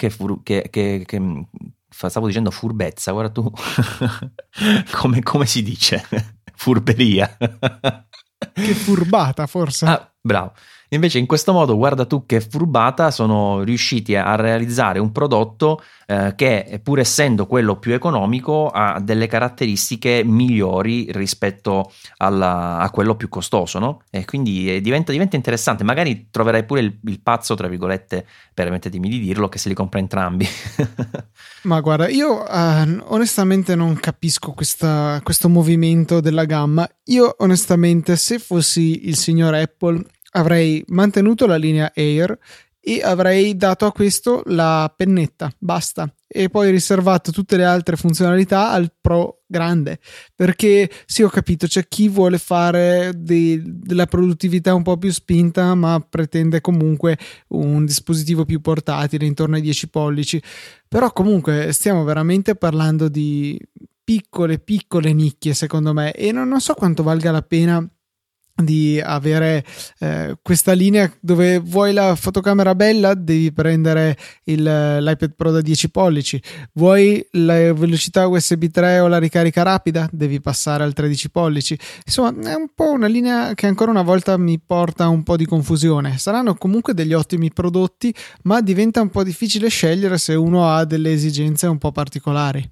stavo dicendo furbezza, guarda tu come si dice? Furberia. Che furbata forse. Ah, bravo. Invece in questo modo, guarda tu che furbata, sono riusciti a realizzare un prodotto che, pur essendo quello più economico, ha delle caratteristiche migliori rispetto a quello più costoso, no? E quindi diventa interessante. Magari troverai pure il pazzo, tra virgolette, permettetemi di dirlo, che se li compra entrambi. Ma guarda, io onestamente non capisco questo movimento della gamma. Io onestamente, se fossi il signor Apple, avrei mantenuto la linea Air e avrei dato a questo la pennetta, basta, e poi riservato tutte le altre funzionalità al Pro grande, perché sì, ho capito, c'è chi vuole fare della produttività un po' più spinta ma pretende comunque un dispositivo più portatile intorno ai 10 pollici, però comunque stiamo veramente parlando di piccole nicchie secondo me, e non so quanto valga la pena di avere questa linea dove vuoi la fotocamera bella, devi prendere l'iPad Pro da 10 pollici, vuoi la velocità USB 3 o la ricarica rapida, devi passare al 13 pollici. Insomma, è un po' una linea che ancora una volta mi porta un po' di confusione. Saranno comunque degli ottimi prodotti, ma diventa un po' difficile scegliere se uno ha delle esigenze un po' particolari.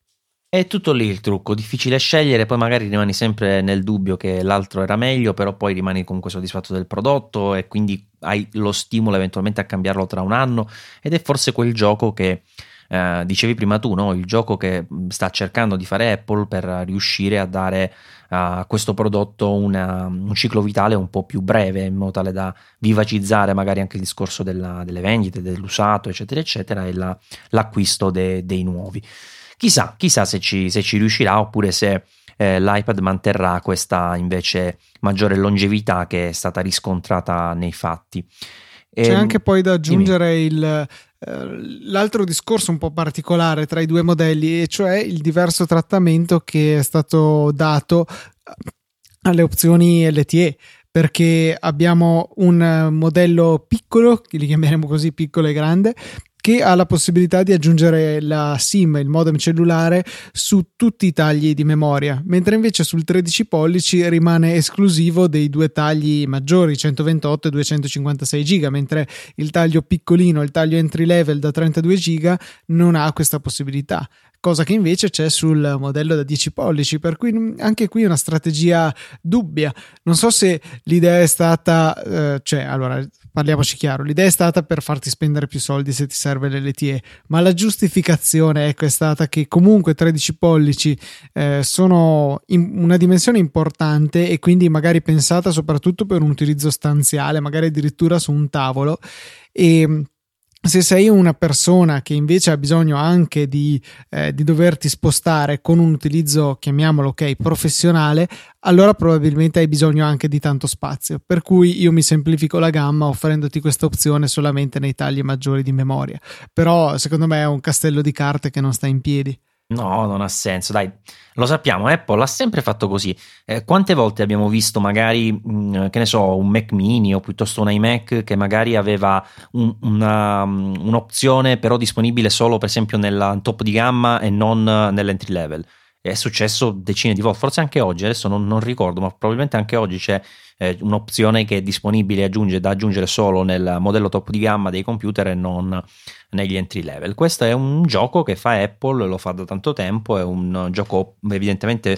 È tutto lì il trucco, difficile scegliere, poi magari rimani sempre nel dubbio che l'altro era meglio, però poi rimani comunque soddisfatto del prodotto e quindi hai lo stimolo eventualmente a cambiarlo tra un anno, ed è forse quel gioco che dicevi prima tu, no? Il gioco che sta cercando di fare Apple per riuscire a dare a questo prodotto un ciclo vitale un po' più breve, in modo tale da vivacizzare magari anche il discorso delle vendite, dell'usato, eccetera, eccetera, e l'acquisto dei nuovi. Chissà se ci riuscirà, oppure se l'iPad manterrà questa invece maggiore longevità che è stata riscontrata nei fatti. C'è anche poi da aggiungere l'altro discorso un po' particolare tra i due modelli, e cioè il diverso trattamento che è stato dato alle opzioni LTE, perché abbiamo un modello piccolo, che li chiameremo così, piccolo e grande, che ha la possibilità di aggiungere la SIM, il modem cellulare, su tutti i tagli di memoria, mentre invece sul 13 pollici rimane esclusivo dei due tagli maggiori, 128 e 256 giga, mentre il taglio piccolino, il taglio entry level da 32 giga, non ha questa possibilità, cosa che invece c'è sul modello da 10 pollici, per cui anche qui una strategia dubbia. Non so se l'idea è stata, allora parliamoci chiaro, l'idea è stata per farti spendere più soldi se ti serve l'LTE, ma la giustificazione, ecco, è stata che comunque 13 pollici sono una dimensione importante e quindi magari pensata soprattutto per un utilizzo stanziale, magari addirittura su un tavolo, e se sei una persona che invece ha bisogno anche di doverti spostare con un utilizzo, chiamiamolo professionale, allora probabilmente hai bisogno anche di tanto spazio, per cui io mi semplifico la gamma offrendoti questa opzione solamente nei tagli maggiori di memoria, però secondo me è un castello di carte che non sta in piedi. No, non ha senso, dai, lo sappiamo, Apple ha sempre fatto così. Quante volte abbiamo visto magari, che ne so, un Mac mini o piuttosto un iMac che magari aveva un'opzione però disponibile solo per esempio nella top di gamma e non nell'entry level. È successo decine di volte, forse anche oggi, adesso non ricordo, ma probabilmente anche oggi c'è un'opzione che è disponibile da aggiungere solo nel modello top di gamma dei computer e non negli entry level. Questo è un gioco che fa Apple, lo fa da tanto tempo, è un gioco evidentemente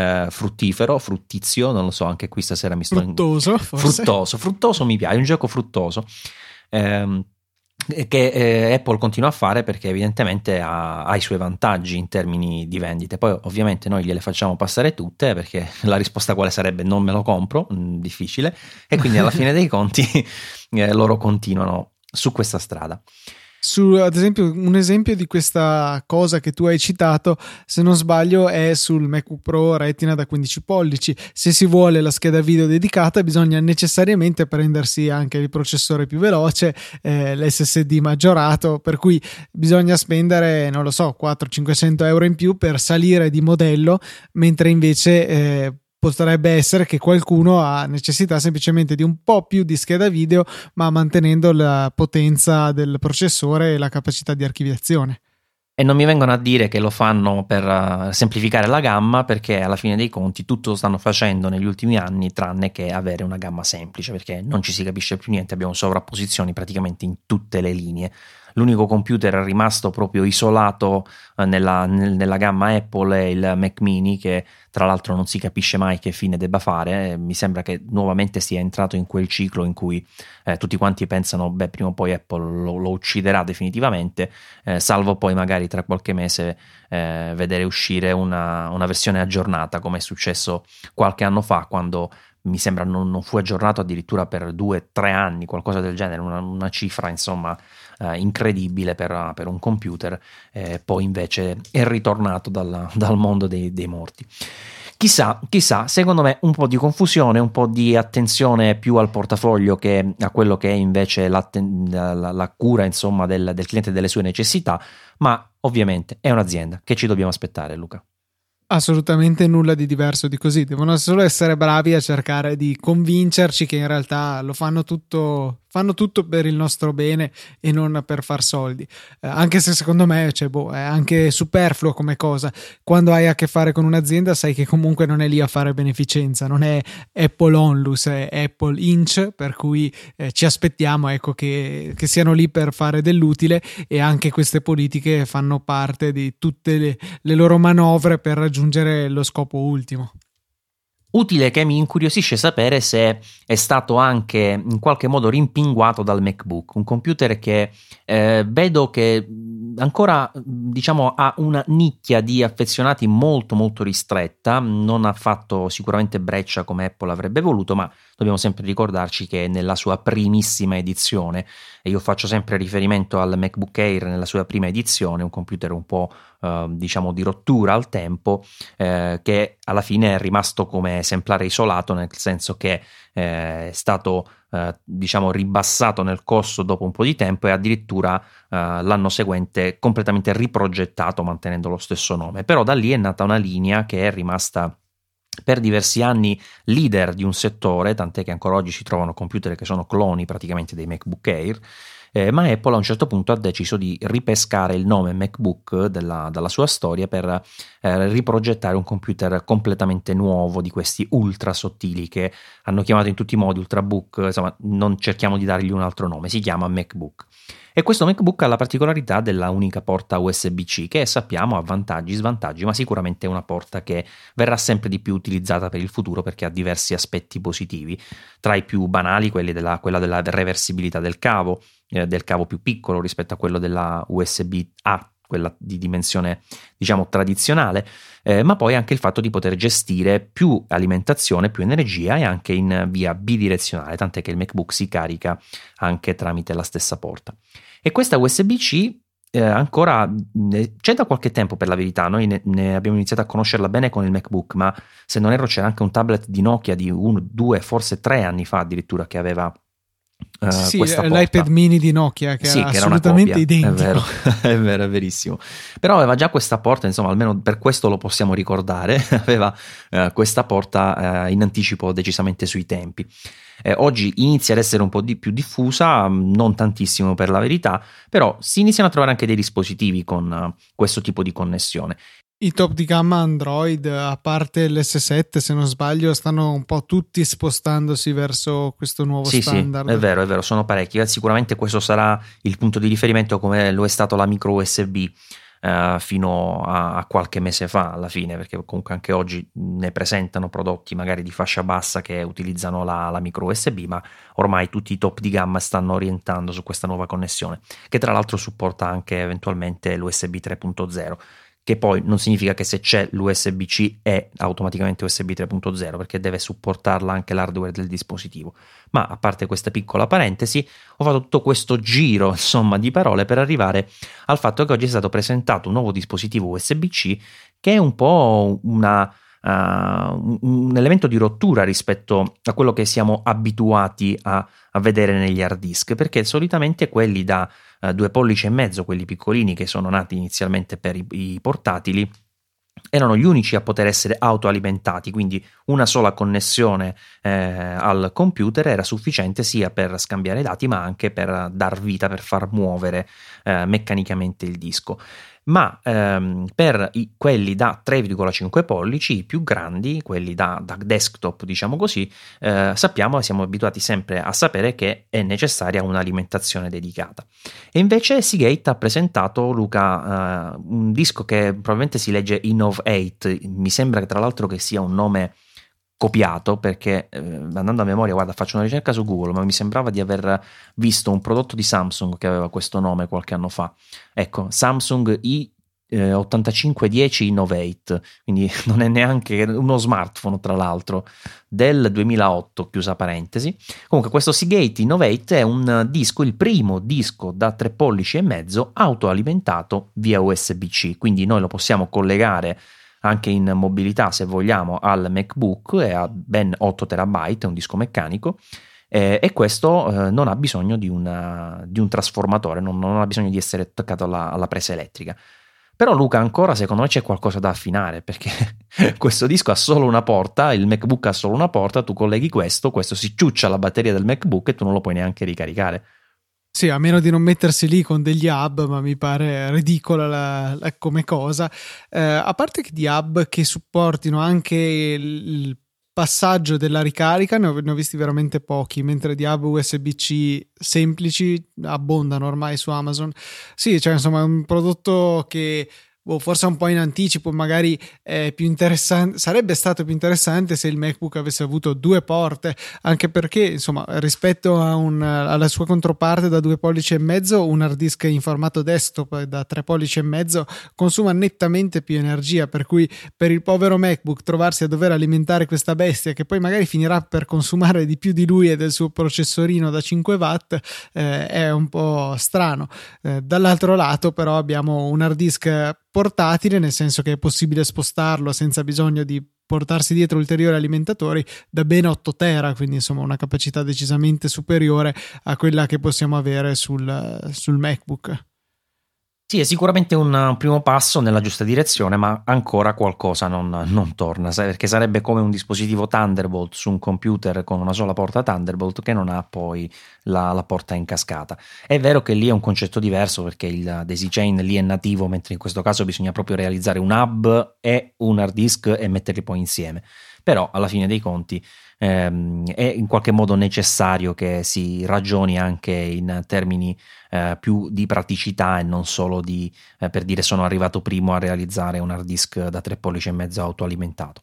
fruttizio, non lo so, anche qui stasera mi sto fruttoso mi piace, è un gioco fruttoso che Apple continua a fare perché evidentemente ha i suoi vantaggi in termini di vendite. Poi ovviamente noi gliele facciamo passare tutte, perché la risposta quale sarebbe: non me lo compro, difficile, e quindi alla fine dei conti loro continuano su questa strada. Ad esempio, un esempio di questa cosa che tu hai citato, se non sbaglio, è sul MacBook Pro Retina da 15 pollici. Se si vuole la scheda video dedicata, bisogna necessariamente prendersi anche il processore più veloce, l'SSD maggiorato, per cui bisogna spendere, non lo so, 400-500 euro in più per salire di modello, mentre invece potrebbe essere che qualcuno ha necessità semplicemente di un po' più di scheda video, ma mantenendo la potenza del processore e la capacità di archiviazione. E non mi vengono a dire che lo fanno per semplificare la gamma, perché alla fine dei conti tutto lo stanno facendo negli ultimi anni tranne che avere una gamma semplice, perché non ci si capisce più niente, abbiamo sovrapposizioni praticamente in tutte le linee. L'unico computer rimasto proprio isolato nella gamma Apple è il Mac mini, che tra l'altro non si capisce mai che fine debba fare. Mi sembra che nuovamente sia entrato in quel ciclo in cui tutti quanti pensano prima o poi Apple lo ucciderà definitivamente, salvo poi magari tra qualche mese vedere uscire una versione aggiornata, come è successo qualche anno fa, quando mi sembra non fu aggiornato addirittura per 2-3 anni, qualcosa del genere, una cifra insomma incredibile per un computer, poi invece è ritornato dal mondo dei morti. Chissà, secondo me un po' di confusione, un po' di attenzione più al portafoglio che a quello che è invece la cura insomma del cliente e delle sue necessità, ma ovviamente è un'azienda. Che ci dobbiamo aspettare, Luca? Assolutamente nulla di diverso di così, devono solo essere bravi a cercare di convincerci che in realtà lo fanno tutto per il nostro bene e non per far soldi, anche se secondo me è anche superfluo come cosa. Quando hai a che fare con un'azienda sai che comunque non è lì a fare beneficenza, non è Apple Onlus, è Apple Inc., per cui ci aspettiamo, ecco, che siano lì per fare dell'utile, e anche queste politiche fanno parte di tutte le loro manovre per raggiungere lo scopo ultimo. Utile che mi incuriosisce sapere se è stato anche in qualche modo rimpinguato dal MacBook, un computer che vedo che ancora diciamo ha una nicchia di affezionati molto molto ristretta, non ha fatto sicuramente breccia come Apple avrebbe voluto, ma dobbiamo sempre ricordarci che nella sua primissima edizione, e io faccio sempre riferimento al MacBook Air nella sua prima edizione, un computer un po' diciamo di rottura al tempo, che alla fine è rimasto come esemplare isolato, nel senso che è stato diciamo ribassato nel costo dopo un po' di tempo e addirittura l'anno seguente completamente riprogettato mantenendo lo stesso nome. Però da lì è nata una linea che è rimasta per diversi anni leader di un settore, tant'è che ancora oggi si trovano computer che sono cloni praticamente dei MacBook Air. Ma Apple a un certo punto ha deciso di ripescare il nome MacBook dalla sua storia per riprogettare un computer completamente nuovo, di questi ultra sottili che hanno chiamato in tutti i modi Ultrabook, insomma non cerchiamo di dargli un altro nome, si chiama MacBook. E questo MacBook ha la particolarità della unica porta USB-C, che sappiamo ha vantaggi, svantaggi, ma sicuramente è una porta che verrà sempre di più utilizzata per il futuro perché ha diversi aspetti positivi, tra i più banali quella della reversibilità del cavo più piccolo rispetto a quello della USB-A, quella di dimensione diciamo tradizionale, ma poi anche il fatto di poter gestire più alimentazione, più energia e anche in via bidirezionale, tant'è che il MacBook si carica anche tramite la stessa porta. E questa USB-C ancora c'è da qualche tempo, per la verità. Noi ne abbiamo iniziato a conoscerla bene con il MacBook, ma se non erro c'era anche un tablet di Nokia di 1, 2, forse 3 anni fa addirittura che aveva questa porta. L'iPad mini di Nokia che era assolutamente identico. È vero, è vero, è verissimo. Però aveva già questa porta, insomma, almeno per questo lo possiamo ricordare. Aveva questa porta in anticipo decisamente sui tempi. Oggi inizia ad essere un po' più diffusa, non tantissimo per la verità, però si iniziano a trovare anche dei dispositivi con questo tipo di connessione. I top di gamma Android, a parte l'S7 se non sbaglio, stanno un po' tutti spostandosi verso questo nuovo standard. Sì, è vero, sono parecchi. Sicuramente questo sarà il punto di riferimento, come lo è stato la micro USB fino a qualche mese fa alla fine, perché comunque anche oggi ne presentano prodotti magari di fascia bassa che utilizzano la micro USB, ma ormai tutti i top di gamma stanno orientando su questa nuova connessione, che tra l'altro supporta anche eventualmente l'USB 3.0, che poi non significa che se c'è l'USB-C è automaticamente USB 3.0, perché deve supportarla anche l'hardware del dispositivo. Ma a parte questa piccola parentesi, ho fatto tutto questo giro insomma di parole per arrivare al fatto che oggi è stato presentato un nuovo dispositivo USB-C che è un po' un elemento di rottura rispetto a quello che siamo abituati a vedere negli hard disk, perché solitamente quelli da 2,5 pollici, quelli piccolini che sono nati inizialmente per i portatili, erano gli unici a poter essere autoalimentati, quindi una sola connessione al computer era sufficiente sia per scambiare dati ma anche per dar vita, per far muovere meccanicamente il disco. Ma per quelli da 3,5 pollici, i più grandi, quelli da desktop diciamo così, sappiamo e siamo abituati sempre a sapere che è necessaria un'alimentazione dedicata. E invece Seagate ha presentato, Luca, un disco che probabilmente si legge Innov8, mi sembra che tra l'altro che sia un nome copiato, perché andando a memoria, guarda, faccio una ricerca su Google, ma mi sembrava di aver visto un prodotto di Samsung che aveva questo nome qualche anno fa. Ecco, Samsung 8510 Innovate, quindi non è neanche uno smartphone, tra l'altro, del 2008, chiusa parentesi. Comunque questo Seagate Innovate è un disco, il primo disco da 3 pollici e mezzo autoalimentato via USB-C, quindi noi lo possiamo collegare anche in mobilità, se vogliamo, al MacBook, e ha ben 8 terabyte, è un disco meccanico. E questo non ha bisogno di un trasformatore, non ha bisogno di essere attaccato alla presa elettrica. Però Luca, ancora secondo me c'è qualcosa da affinare, perché questo disco ha solo una porta, il MacBook ha solo una porta, tu colleghi questo si ciuccia la batteria del MacBook e tu non lo puoi neanche ricaricare. Sì, a meno di non mettersi lì con degli hub, ma mi pare ridicola come cosa. A parte che di hub che supportino anche il passaggio della ricarica, ne ho visti veramente pochi, mentre di hub USB-C semplici abbondano ormai su Amazon. Sì, cioè insomma è un prodotto che forse un po' in anticipo, magari è più interessante, sarebbe stato più interessante se il MacBook avesse avuto 2 porte, anche perché insomma rispetto alla sua controparte da 2 pollici e mezzo, un hard disk in formato desktop da 3 pollici e mezzo consuma nettamente più energia, per cui per il povero MacBook trovarsi a dover alimentare questa bestia che poi magari finirà per consumare di più di lui e del suo processorino da 5 watt è un po' strano. Dall'altro lato però abbiamo un hard disk portatile, nel senso che è possibile spostarlo senza bisogno di portarsi dietro ulteriori alimentatori, da ben 8 tera, quindi insomma una capacità decisamente superiore a quella che possiamo avere sul MacBook. Sì, è sicuramente un primo passo nella giusta direzione, ma ancora qualcosa non torna, perché sarebbe come un dispositivo Thunderbolt su un computer con una sola porta Thunderbolt che non ha poi la porta in cascata. È vero che lì è un concetto diverso, perché il daisy chain lì è nativo, mentre in questo caso bisogna proprio realizzare un hub e un hard disk e metterli poi insieme. Però alla fine dei conti è in qualche modo necessario che si ragioni anche in termini più di praticità e non solo per dire sono arrivato primo a realizzare un hard disk da 3 pollici e mezzo autoalimentato.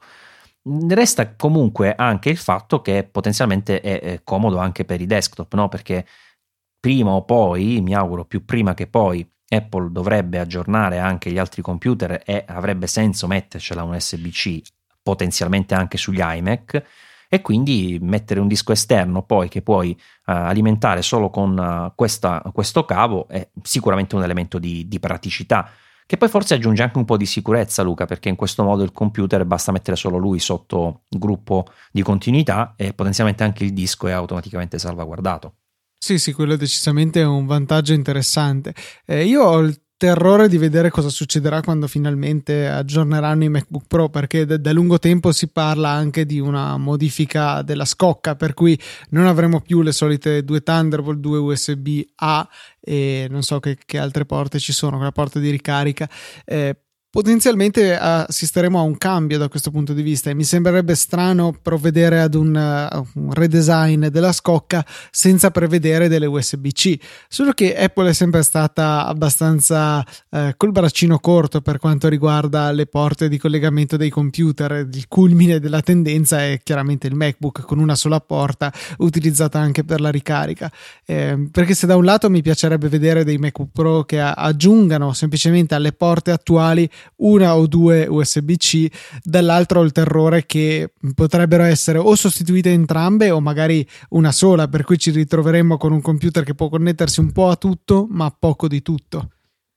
Resta comunque anche il fatto che potenzialmente è comodo anche per i desktop, no? Perché prima o poi, mi auguro più prima che poi, Apple dovrebbe aggiornare anche gli altri computer e avrebbe senso mettercela un USB-C potenzialmente anche sugli iMac, e quindi mettere un disco esterno poi che puoi alimentare solo con questo cavo è sicuramente un elemento di praticità, che poi forse aggiunge anche un po' di sicurezza, Luca, perché in questo modo il computer basta mettere solo lui sotto gruppo di continuità e potenzialmente anche il disco è automaticamente salvaguardato. Sì, quello è decisamente un vantaggio interessante. Io ho il terrore di vedere cosa succederà quando finalmente aggiorneranno i MacBook Pro, perché da lungo tempo si parla anche di una modifica della scocca, per cui non avremo più le solite 2 Thunderbolt, 2 USB-A e non so che altre porte ci sono, quella porta di ricarica. Potenzialmente assisteremo a un cambio da questo punto di vista, e mi sembrerebbe strano provvedere ad un redesign della scocca senza prevedere delle USB-C, solo che Apple è sempre stata abbastanza col braccino corto per quanto riguarda le porte di collegamento dei computer. Il culmine della tendenza è chiaramente il MacBook con una sola porta utilizzata anche per la ricarica, perché se da un lato mi piacerebbe vedere dei MacBook Pro che aggiungano semplicemente alle porte attuali 1 o 2 USB-C, dall'altro ho il terrore che potrebbero essere o sostituite entrambe o magari una sola, per cui ci ritroveremmo con un computer che può connettersi un po' a tutto ma poco di tutto.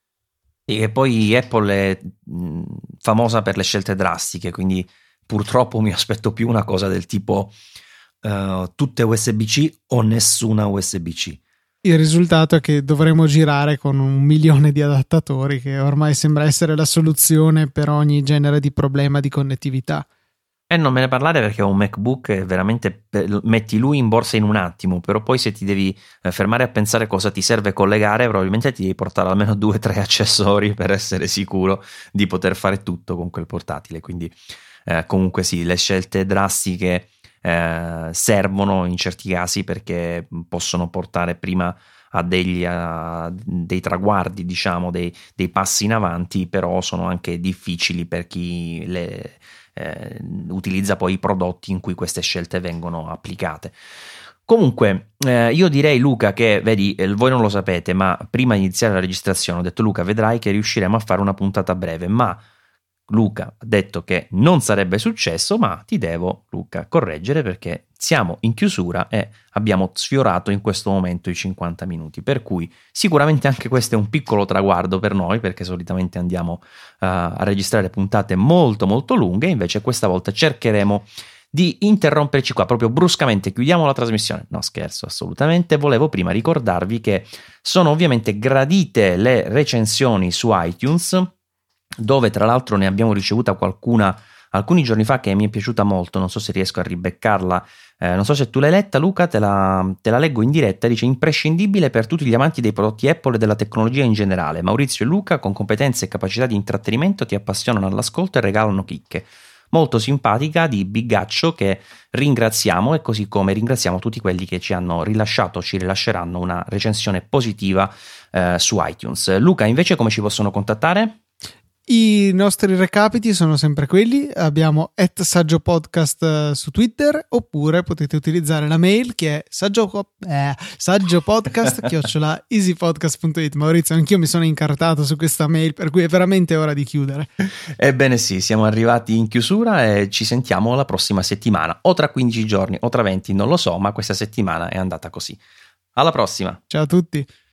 E poi Apple è famosa per le scelte drastiche, quindi purtroppo mi aspetto più una cosa del tipo tutte USB-C o nessuna USB-C. Il risultato è che dovremo girare con 1 milione di adattatori, che ormai sembra essere la soluzione per ogni genere di problema di connettività. E non me ne parlare, perché un MacBook è veramente, metti lui in borsa in un attimo, però poi se ti devi fermare a pensare cosa ti serve collegare, probabilmente ti devi portare almeno 2 o 3 accessori per essere sicuro di poter fare tutto con quel portatile. Quindi comunque sì, le scelte drastiche servono in certi casi, perché possono portare prima a dei traguardi, diciamo, dei passi in avanti, però sono anche difficili per chi utilizza poi i prodotti in cui queste scelte vengono applicate. Comunque, io direi, Luca, che vedi, voi non lo sapete, ma prima di iniziare la registrazione ho detto: Luca, vedrai che riusciremo a fare una puntata breve, ma Luca ha detto che non sarebbe successo, ma ti devo, Luca, correggere, perché siamo in chiusura e abbiamo sfiorato in questo momento i 50 minuti, per cui sicuramente anche questo è un piccolo traguardo per noi, perché solitamente andiamo a registrare puntate molto molto lunghe, invece questa volta cercheremo di interromperci qua proprio bruscamente. Chiudiamo la trasmissione. No, scherzo, assolutamente. Volevo prima ricordarvi che sono ovviamente gradite le recensioni su iTunes, dove tra l'altro ne abbiamo ricevuta qualcuna alcuni giorni fa che mi è piaciuta molto. Non so se riesco a ribeccarla, non so se tu l'hai letta, Luca. Te la leggo in diretta. Dice: imprescindibile per tutti gli amanti dei prodotti Apple e della tecnologia in generale. Maurizio e Luca, con competenze e capacità di intrattenimento, ti appassionano all'ascolto e regalano chicche. Molto simpatica, di Bigaccio, che ringraziamo, e così come ringraziamo tutti quelli che ci hanno rilasciato, ci rilasceranno una recensione positiva su iTunes. Luca, invece, come ci possono contattare? I nostri recapiti sono sempre quelli: abbiamo @saggiopodcast su Twitter, oppure potete utilizzare la mail che è saggiopodcast@easypodcast.it. Maurizio, anch'io mi sono incartato su questa mail, per cui è veramente ora di chiudere. Ebbene sì, siamo arrivati in chiusura e ci sentiamo la prossima settimana, o tra 15 giorni o tra 20, non lo so, ma questa settimana è andata così. Alla prossima. Ciao a tutti.